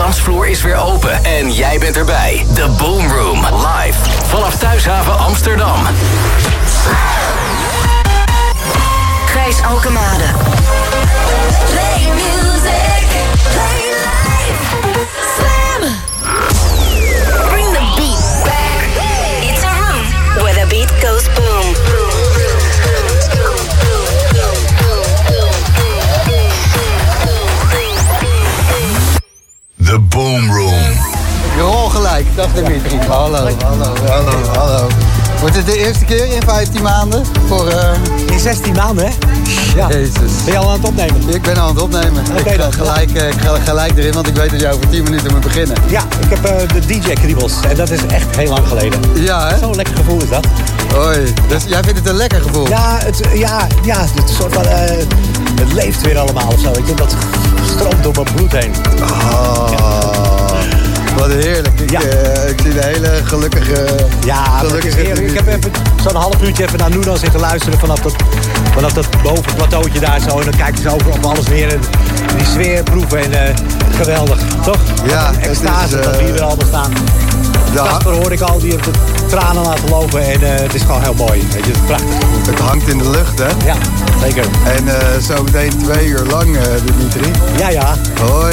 dansvloer is weer open en jij bent erbij. The Boom Room, live vanaf Thuishaven Amsterdam. Gijs Alkemade. Play music, play life. Slam. Bring the beat back. It's a room where the beat goes boom. The Boom Room. Rol gelijk, dag Dimitri. Hallo. Wordt het de eerste keer in 15 maanden? In 16 maanden, hè? Ja. Jezus. Ben je al aan het opnemen? Ik ben aan het opnemen. Oké, ik ga gelijk erin, want ik weet dat jij over 10 minuten moet beginnen. Ja, ik heb de DJ-kriebels. En dat is echt heel lang geleden. Ja, hè? Zo'n lekker gevoel is dat. Hoi. Dus jij vindt het een lekker gevoel? Ja, het soort van... het leeft weer allemaal of zo. Weet je? Dat stroomt door mijn bloed heen. Oh, wat heerlijk. Ik zie een hele gelukkige... Ja, dat is heerlijk. Ik heb even zo'n half uurtje even naar Nuno zitten luisteren vanaf dat bovenplateautje daar zo. En dan kijken ze over op alles neer en die sfeer proeven. En geweldig, toch? Ja, een extase dat we hier weer allemaal staan. Kasper hoor ik al, die heeft de tranen laten lopen. En het is gewoon heel mooi. Weet je, het is prachtig. Het hangt in de lucht, hè? Ja, zeker. En zo meteen 2 uur lang, Dimitri. Ja. Hoi.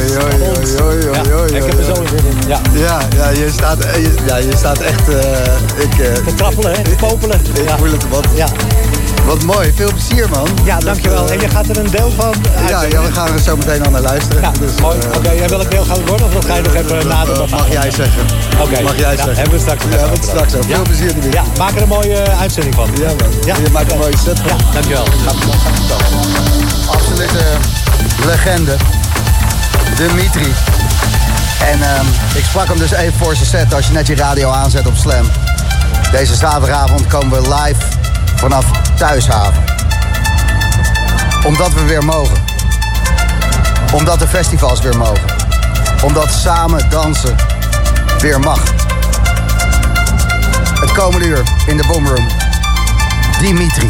Ik heb er zo in zin in. Ja, je staat echt... te trappelen, hè? Te popelen. Ik voel het wat mooi. Veel plezier, man. Ja, dankjewel. En je gaat er een deel van Ja, we gaan er zo meteen al naar luisteren. Ja, dus, mooi. Oké, welk deel gaat het worden? Of ga je nog even nadenken? Mag jij zeggen. Oké. Mag jij zeggen. Hebben we straks. Veel plezier ermee. Ja, maak er een mooie uitzending van. Ja, man. Ja. Je maakt een mooie set van. Ja, dankjewel. Absolute legende. Dimitri. En ik sprak hem dus even voor zijn set als je net je radio aanzet op Slam. Deze zaterdagavond komen we live vanaf Thuishaven. Omdat we weer mogen. Omdat de festivals weer mogen. Omdat samen dansen weer mag. Het komende uur in de Boom Room. Dimitri.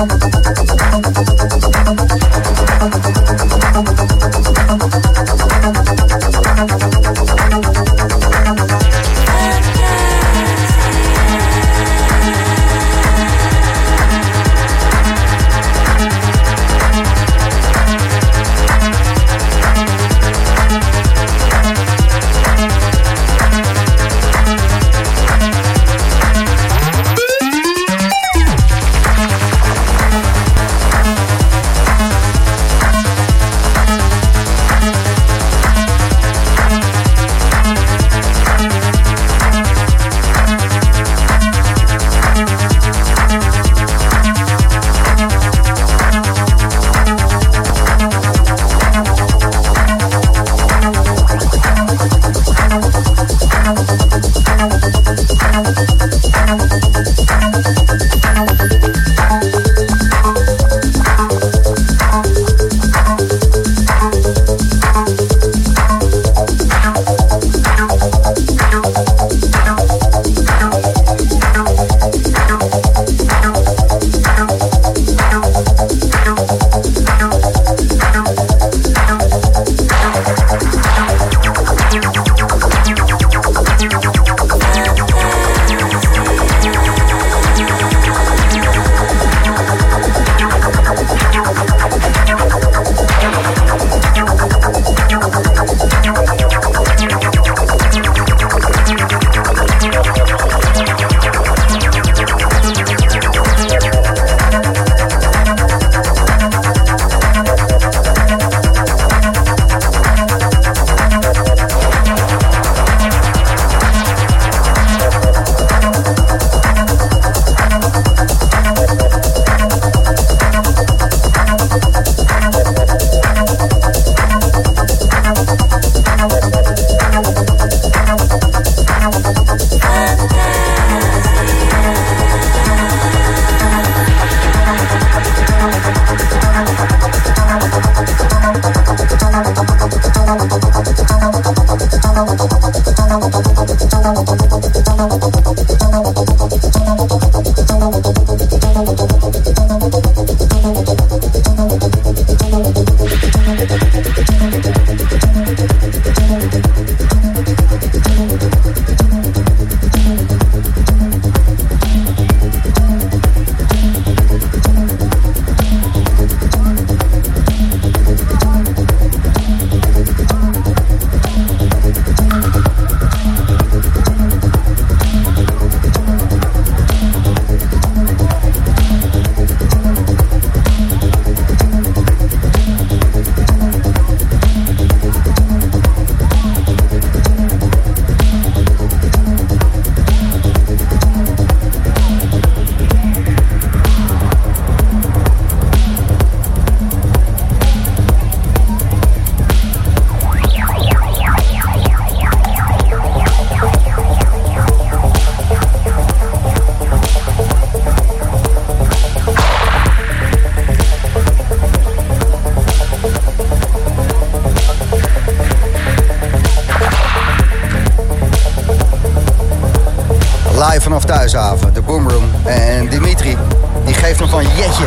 Live vanaf Thuishaven, de Boomroom. En Dimitri, die geeft hem van Jetje.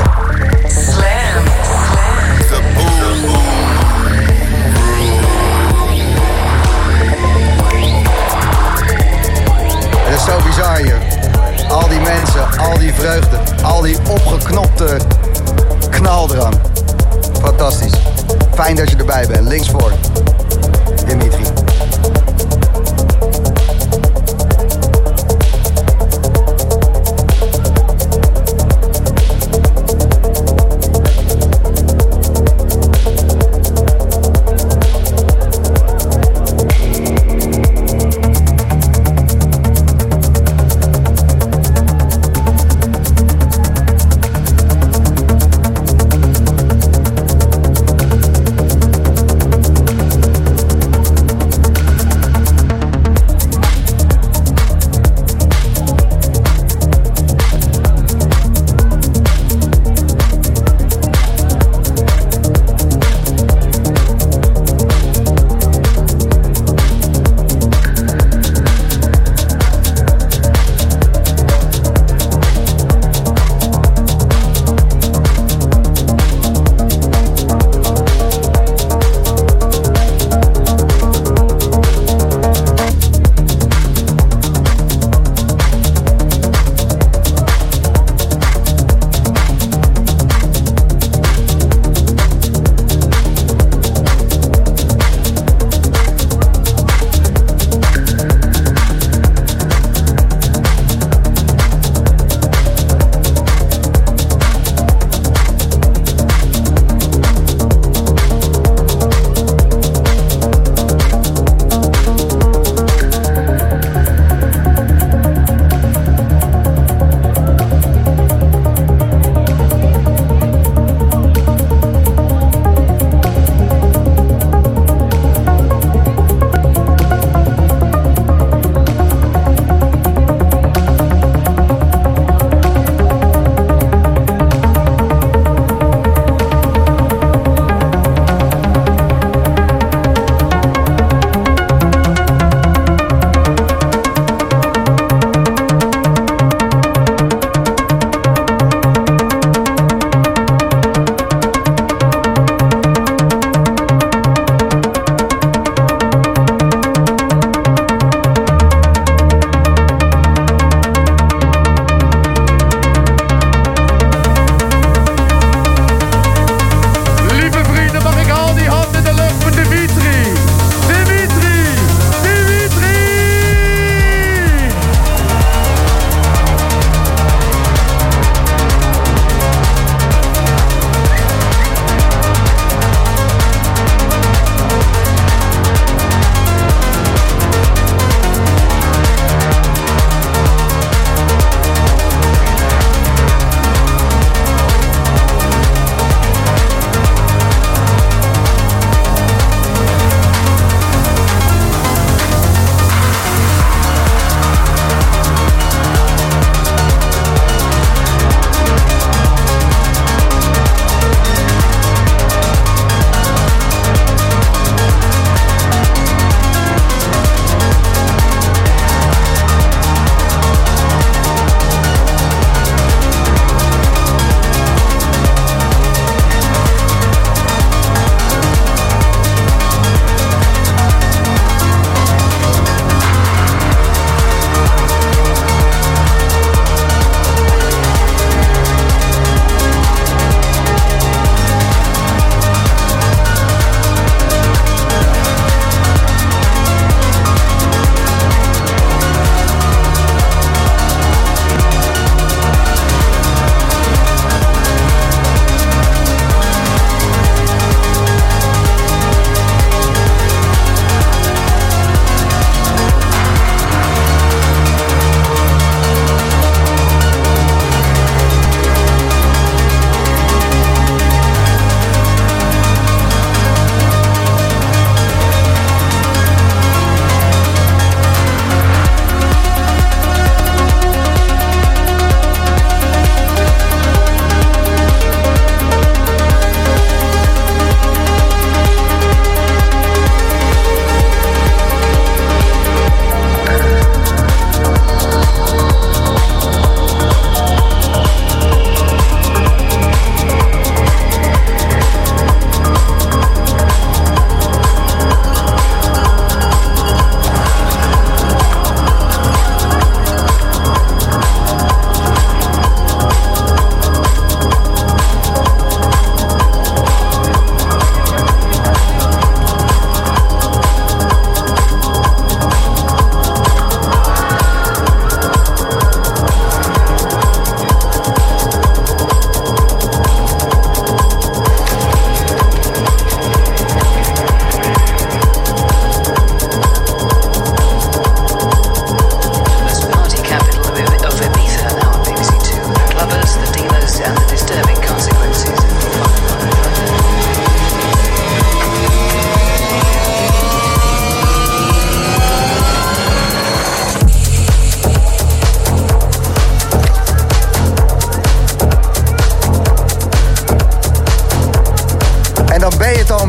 Slam. The Boom. Het is zo bizar hier. Al die mensen, al die vreugde, al die opgeknopte knaldrang. Fantastisch. Fijn dat je erbij bent. Linksvoor, Dimitri.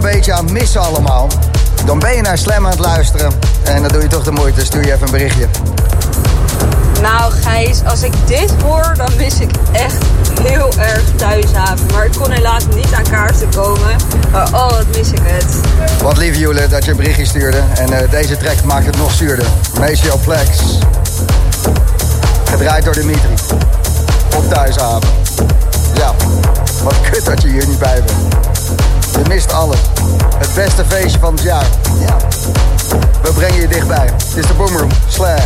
beetje aan het missen allemaal, dan ben je naar Slam aan het luisteren en dan doe je toch de moeite. Stuur je even een berichtje. Nou Gijs, als ik dit hoor, dan mis ik echt heel erg Thuishaven. Maar ik kon helaas niet aan kaarten komen. Maar oh, wat mis ik het. Wat lief Jule dat je een berichtje stuurde. En deze track maakt het nog zuurder. Maceo Plex. Gedraaid door Dimitri. Op Thuishaven. Ja, wat kut dat je hier niet bij bent. Je mist alles. Het beste feestje van het jaar. Ja. We brengen je dichtbij. Dit is de Boom Room. Slam.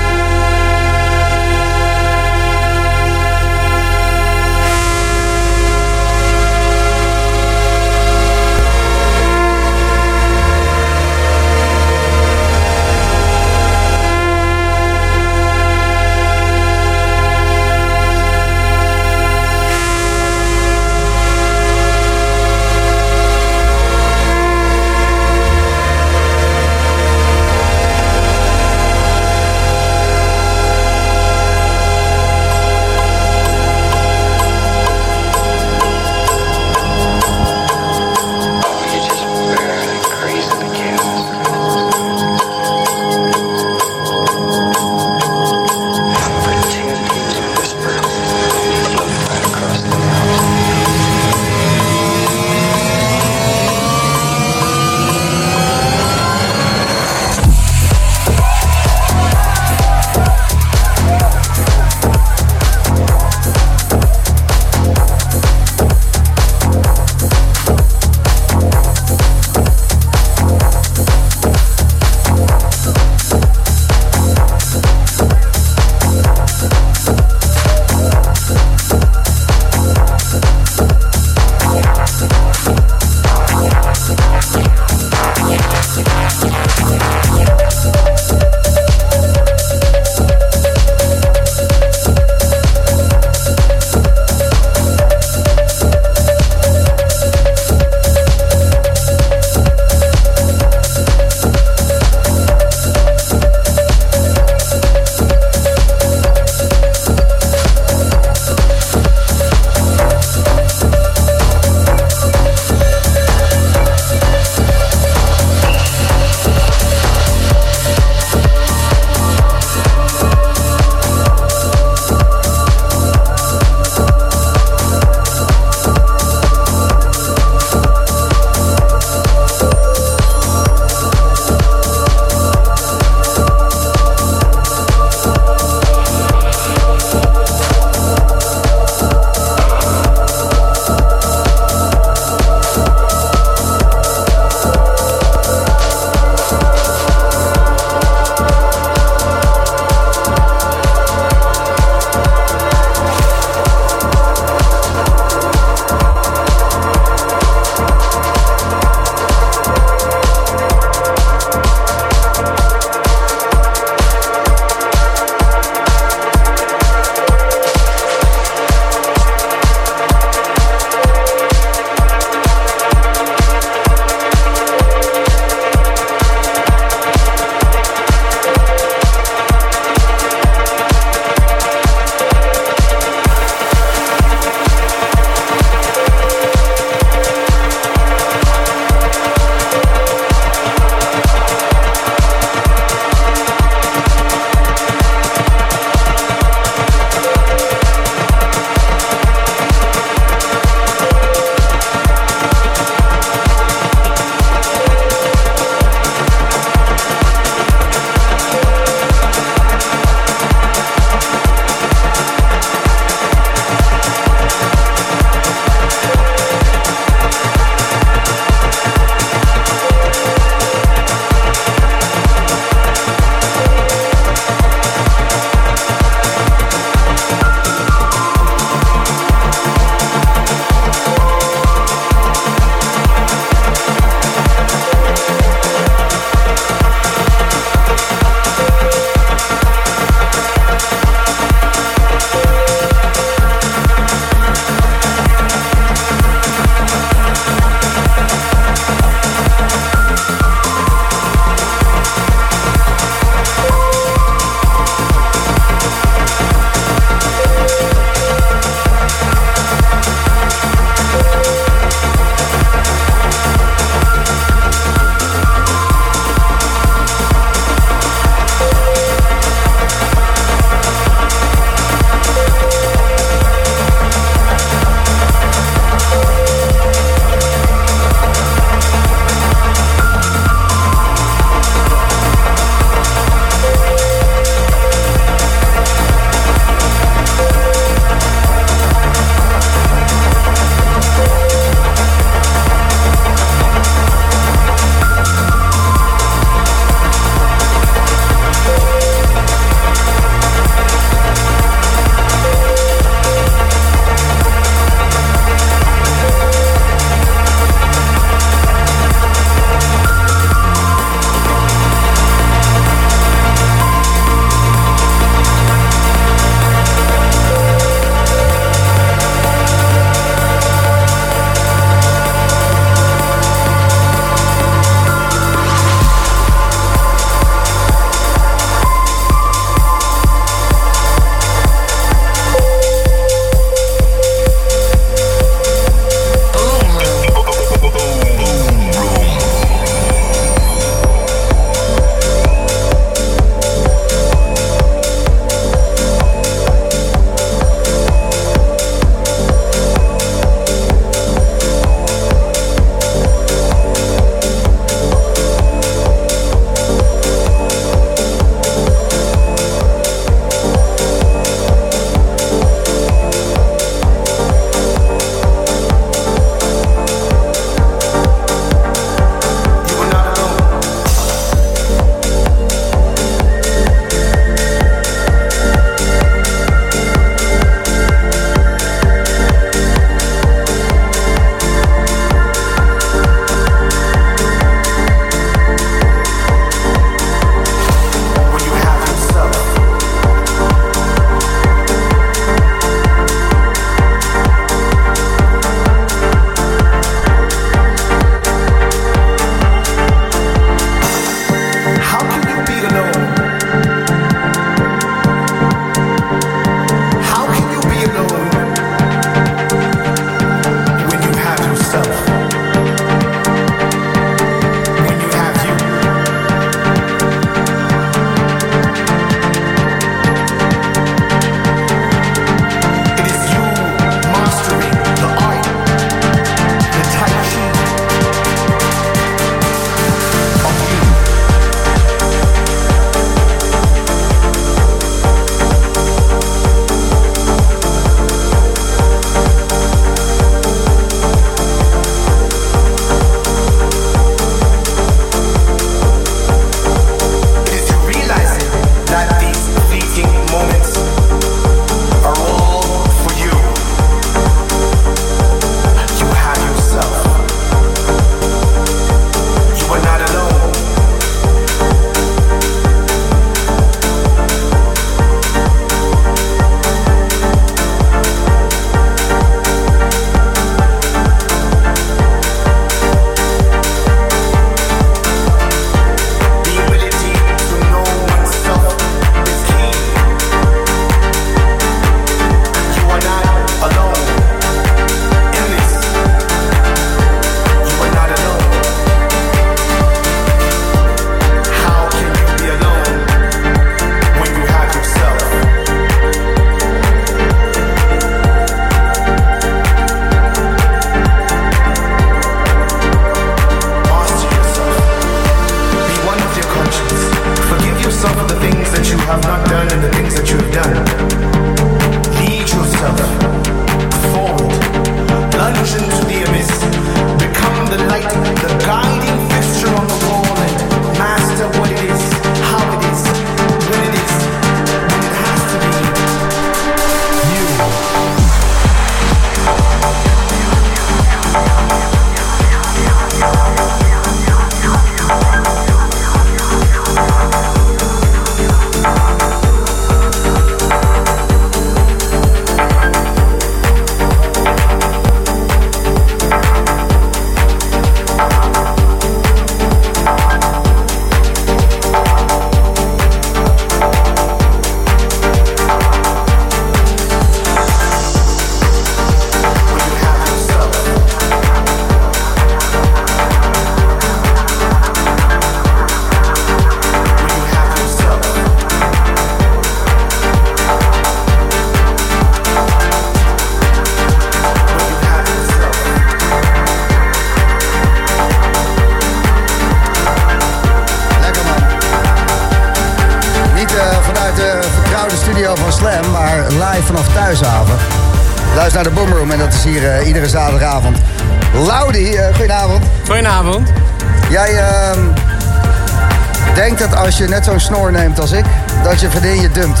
Thuishaven. Luister naar de Boomroom en dat is hier iedere zaterdagavond. Laudi, goedenavond. Goedenavond. Jij denkt dat als je net zo'n snor neemt als ik, dat je vriendin je dumpt.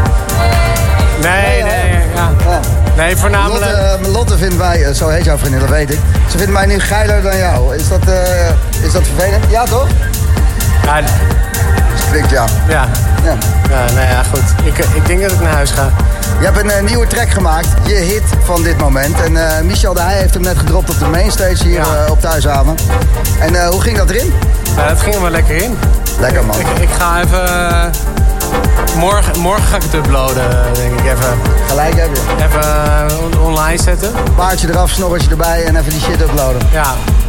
Nee, Nee, voornamelijk... Lotte vindt mij, zo heet jouw vriendin, dat weet ik. Ze vindt mij nu geiler dan jou. Is dat vervelend? Ja, toch? Ja. Strikt ja. Ja. Nou ja, goed. Ik denk dat ik naar huis ga. Je hebt een nieuwe track gemaakt, je hit van dit moment. En Michel de Heij heeft hem net gedropt op de mainstage hier op Thuishaven. En hoe ging dat erin? Ja, dat ging er wel lekker in. Lekker man. Ik ga even... Morgen ga ik het uploaden, denk ik even. Gelijk heb je. Even online zetten. Paardje eraf, snorretje erbij en even die shit uploaden. Ja,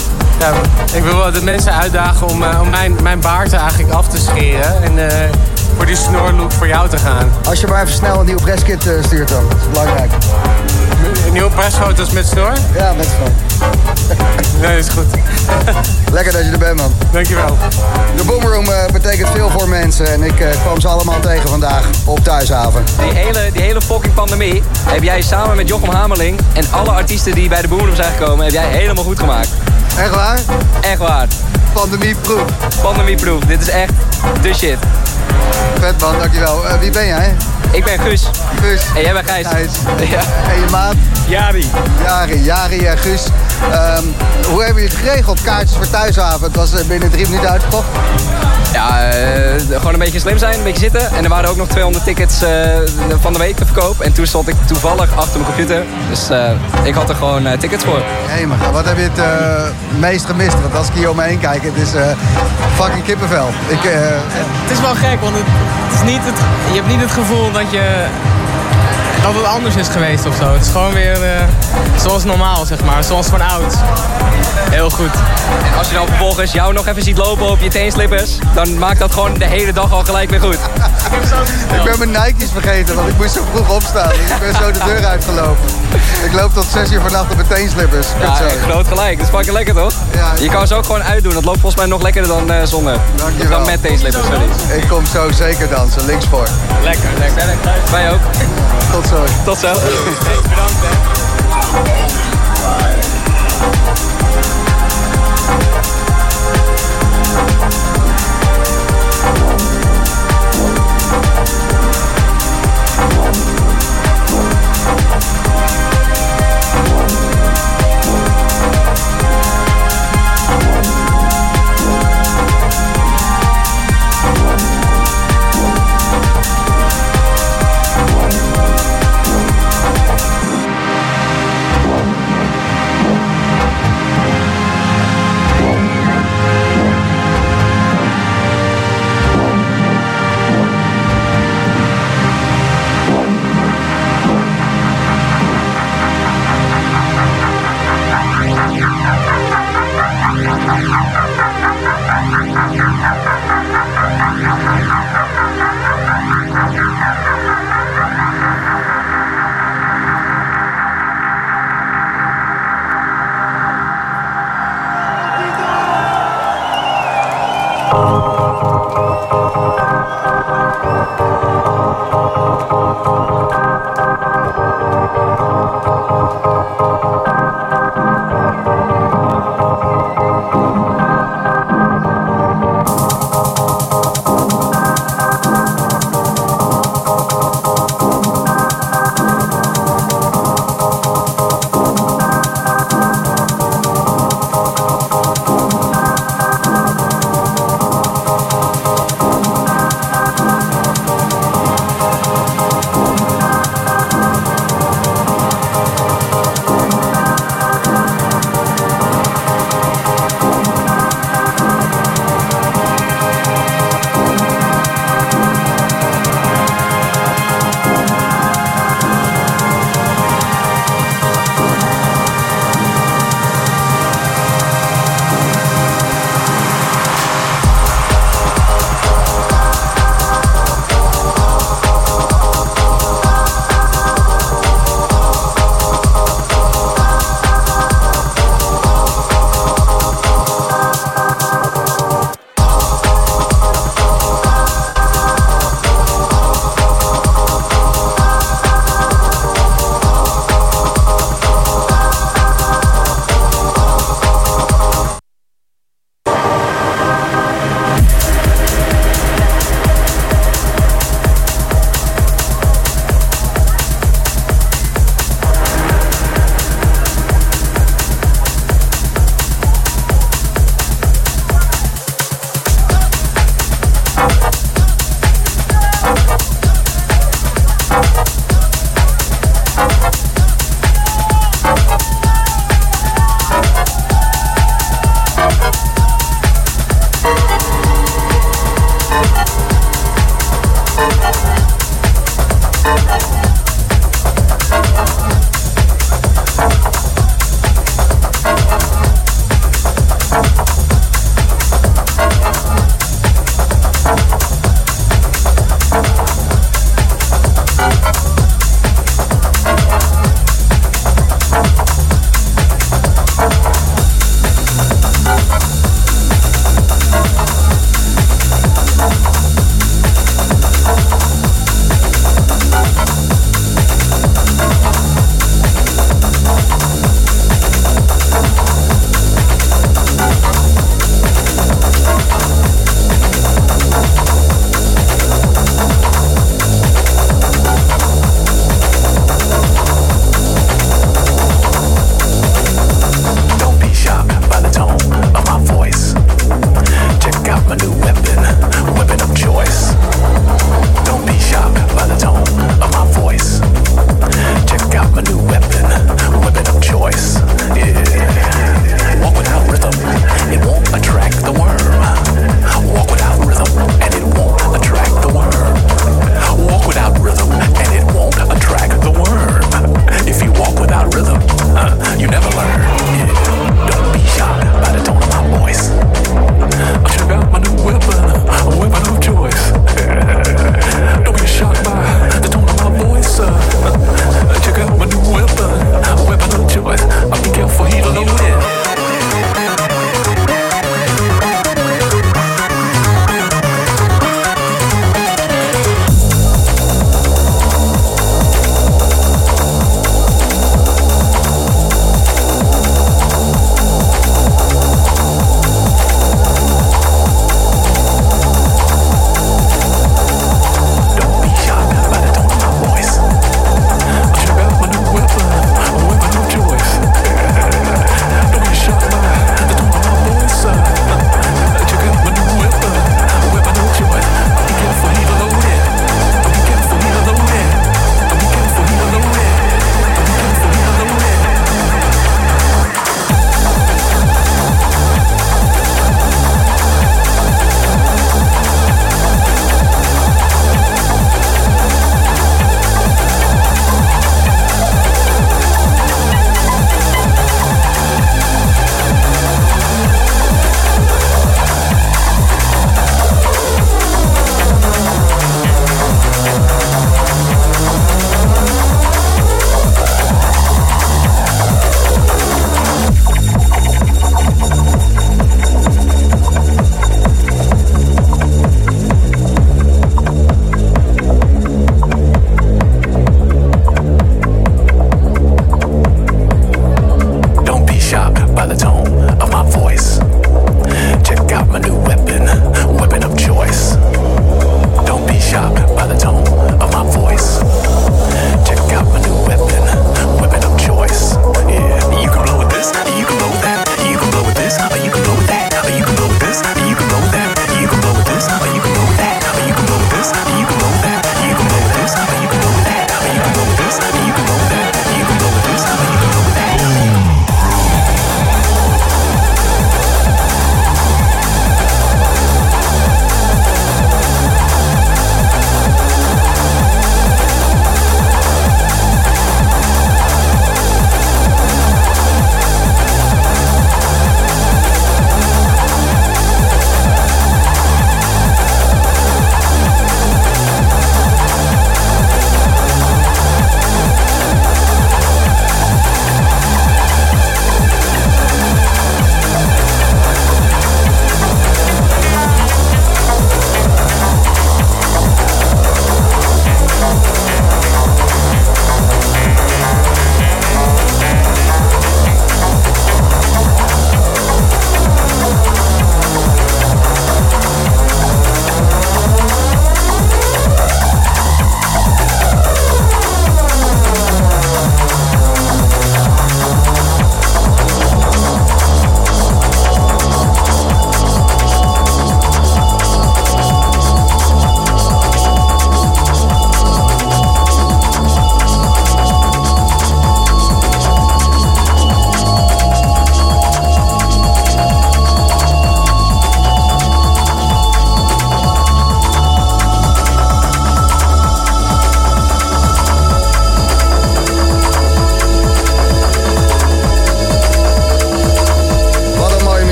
ik wil wel de mensen uitdagen om mijn baard eigenlijk af te scheren. En voor die snorlook voor jou te gaan. Als je maar even snel een nieuw presskit stuurt dan. Dat is belangrijk. Nieuwe pressfoto's met snor? Ja, met snor. Nee, dat is goed. Lekker dat je er bent, man. Dankjewel. De Boomroom betekent veel voor mensen. En ik kwam ze allemaal tegen vandaag op Thuishaven. Die hele fucking pandemie heb jij samen met Jochem Hamerling en alle artiesten die bij de Boomroom zijn gekomen, heb jij helemaal goed gemaakt. Echt waar? Echt waar. Pandemieproof. Pandemieproof. Dit is echt de shit. Vet man, dankjewel. Wie ben jij? Ik ben Guus. Guus. En jij bent Gijs. Ja. En je maat? Jari. Jari en Guus. Hoe hebben jullie het geregeld? Kaartjes voor Thuishaven. Het was binnen 3 minuten uitverkocht. Ja, gewoon een beetje slim zijn, een beetje zitten. En er waren ook nog 200 tickets van de week te verkoop. En toen stond ik toevallig achter mijn computer. Dus ik had er gewoon tickets voor. Hemig, wat heb je het meest gemist? Want als ik hier om me heen kijk, het is fucking kippenvel. Het is wel gek, want je hebt niet het gevoel dat het anders is geweest of zo. Het is gewoon weer zoals normaal, zeg maar. Zoals van oud. Heel goed. En als je dan vervolgens jou nog even ziet lopen op je teenslippers, dan maakt dat gewoon de hele dag al gelijk weer goed. Ik ben mijn Nike's vergeten, want ik moest zo vroeg opstaan. Dus ik ben zo de deur uitgelopen. Ik loop tot 6 uur vannacht op mijn teenslippers. Ja, groot gelijk. Dat is fucking lekker, toch? Ja. Je kan ze ook gewoon uitdoen. Dat loopt volgens mij nog lekkerder dan zonder. Dankjewel. Dan met teenslippers, sorry. Ik kom zo zeker dansen, links voor. Lekker. Wij ook. Tot zo. Tot zo. Bedankt, hè.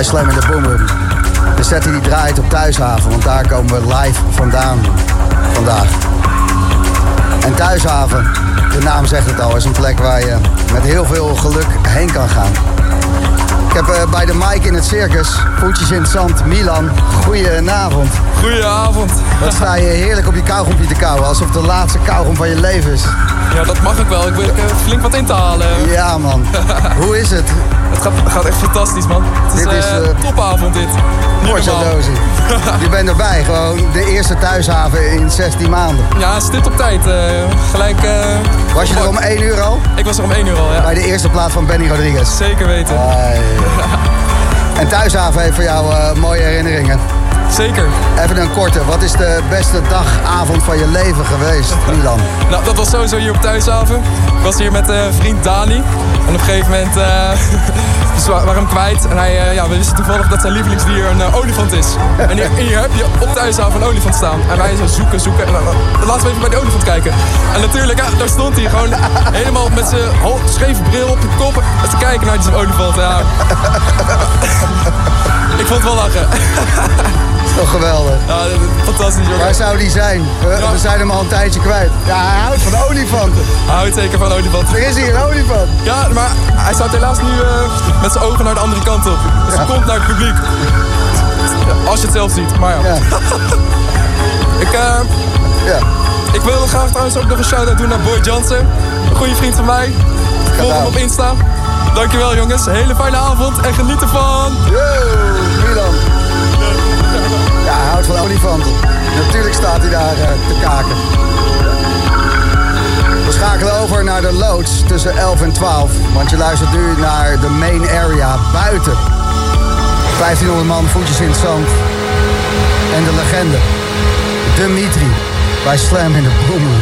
bij Slam in de Boomroom. De set die draait op Thuishaven, want daar komen we live vandaan vandaag. En Thuishaven, de naam zegt het al, is een plek waar je met heel veel geluk heen kan gaan. Ik heb bij de mic in het circus, voetjes in het zand, Milan. Goedenavond. Goedenavond. Wat sta je heerlijk op je kauwgompje te kauwen, alsof het de laatste kauwgom van je leven is. Ja, dat mag ik wel. Ik wil flink wat in te halen. Ja, man. Hoe is het? Het gaat echt fantastisch, man. Het is een topavond dit. Portalozi. Je bent erbij, gewoon de eerste Thuishaven in 16 maanden. Ja, stipt op tijd. Gelijk... Was je er om 1 uur al? Ik was er om 1 uur al, ja. Bij de eerste plaat van Benny Rodriguez. Zeker weten. En Thuishaven heeft voor jou mooie herinneringen. Zeker. Even een korte. Wat is de beste dagavond van je leven geweest, Milan? Nou, dat was sowieso hier op Thuishaven. Ik was hier met vriend Dani. En op een gegeven moment dus we waren hem kwijt. En we wisten toevallig dat zijn lievelingsdier een olifant is. En hier heb je op Thuishaven een olifant staan. En wij zo zoeken. En dan laten we even bij die olifant kijken. En natuurlijk, daar stond hij gewoon helemaal met zijn scheve bril op de kop. En te kijken naar die olifant. Ja. Ik vond het wel lachen. Toch geweldig. Ja, fantastisch, jongen. Waar zou die zijn? We zijn hem al een tijdje kwijt. Ja, hij houdt van olifanten. Hij houdt zeker van olifanten. Er is hier een olifant. Ja, maar hij staat helaas nu met zijn ogen naar de andere kant op. Dus hij komt naar het publiek. Als je het zelf ziet, maar ja. Ik wil graag trouwens ook nog een shout-out doen naar Boy Johnson. Een goede vriend van mij. Volg hem op Insta. Dankjewel, jongens. Hele fijne avond en geniet ervan. Yo, Milan. Ja, hij houdt van olifanten. Natuurlijk staat hij daar te kaken. We schakelen over naar de loods tussen 11 en 12. Want je luistert nu naar de main area buiten. 1500 man, voetjes in het zand. En de legende, Dimitri, bij Slam in de Boomroom.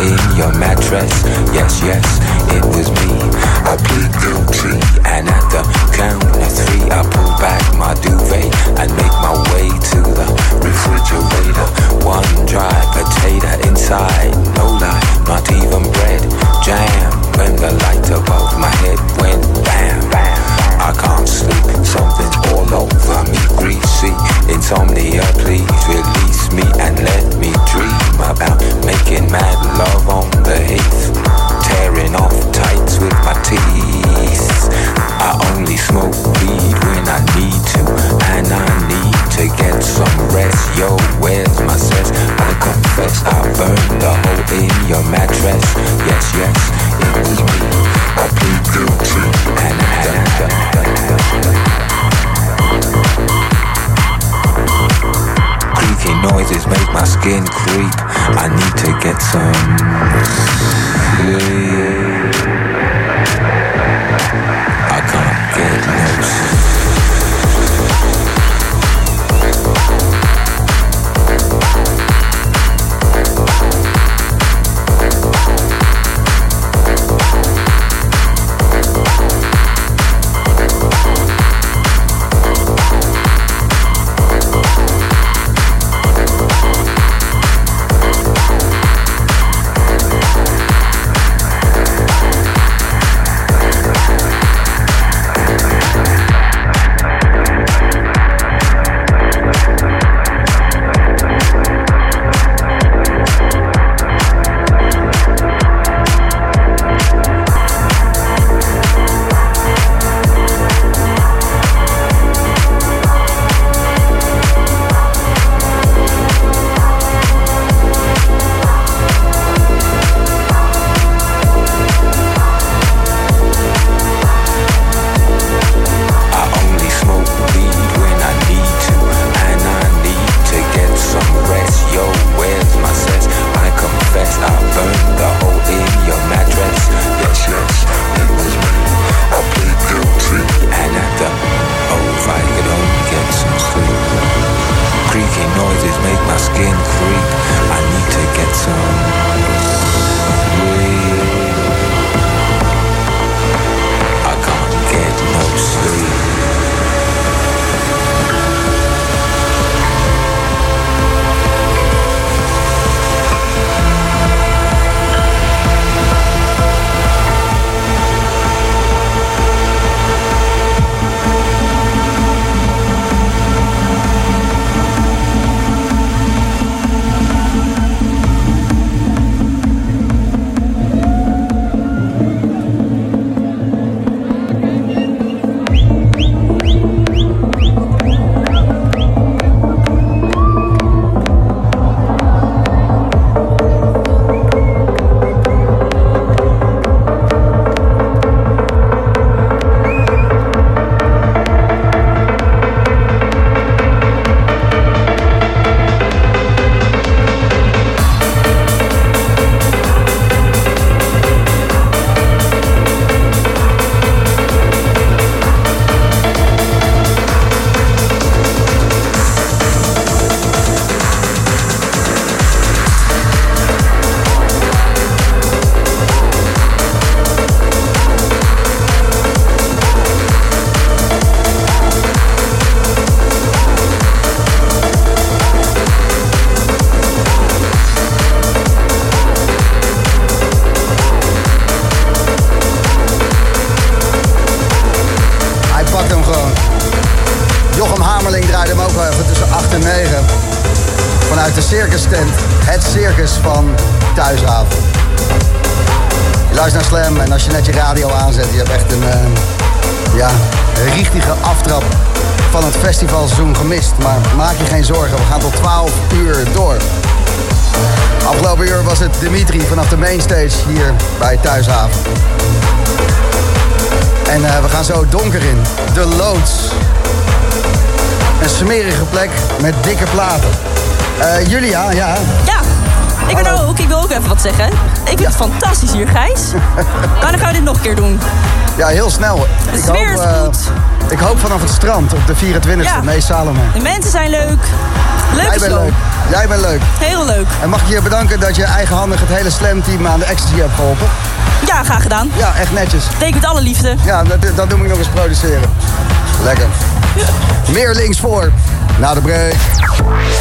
in your mattress. Yes, yes, it was me. I plead guilty. And at the count of 3, I pull back my duvet and make my way to the refrigerator. One dry potato inside, no lie, not even bread. Jam when the light above my head went bam, bam. I can't sleep, something's all over me, greasy. Insomnia, please release me and let me dream about making mad love on the heath, tearing off tights with my teeth. I only smoke weed when I need to, and I need to get some rest. Yo, where's my sense? I confess I burned a hole in your mattress. Yes, yes, it was me. I plead guilty, and creaky noises make my skin creep. I need to get some sleep. I can't get no sleep. Vanuit de circus tent. Het circus van Thuishaven. Je luistert naar Slam en als je net je radio aanzet, je hebt echt een richtige aftrap van het festivalseizoen gemist. Maar maak je geen zorgen, we gaan tot 12 uur door. Afgelopen uur was het Dimitri vanaf de mainstage hier bij Thuishaven. En we gaan zo donker in. De Loods. Een smerige plek met dikke platen. Julia, ja. Ja, ik ben ook. Ik wil ook even wat zeggen. Ik vind het fantastisch hier, Gijs. Wanneer gaan we dit nog een keer doen? Ja, heel snel. De sfeer is goed. Ik hoop vanaf het strand op de 24e, Mees Salomon. De mensen zijn leuk. Leuke show. Leuk. Jij bent leuk. Heel leuk. En mag ik je bedanken dat je eigenhandig het hele Slam-team aan de ecstasy hebt geholpen? Ja, graag gedaan. Ja, echt netjes. Deed ik met alle liefde. Ja, dat doe ik nog eens produceren. Lekker. Meer links voor. Na de break.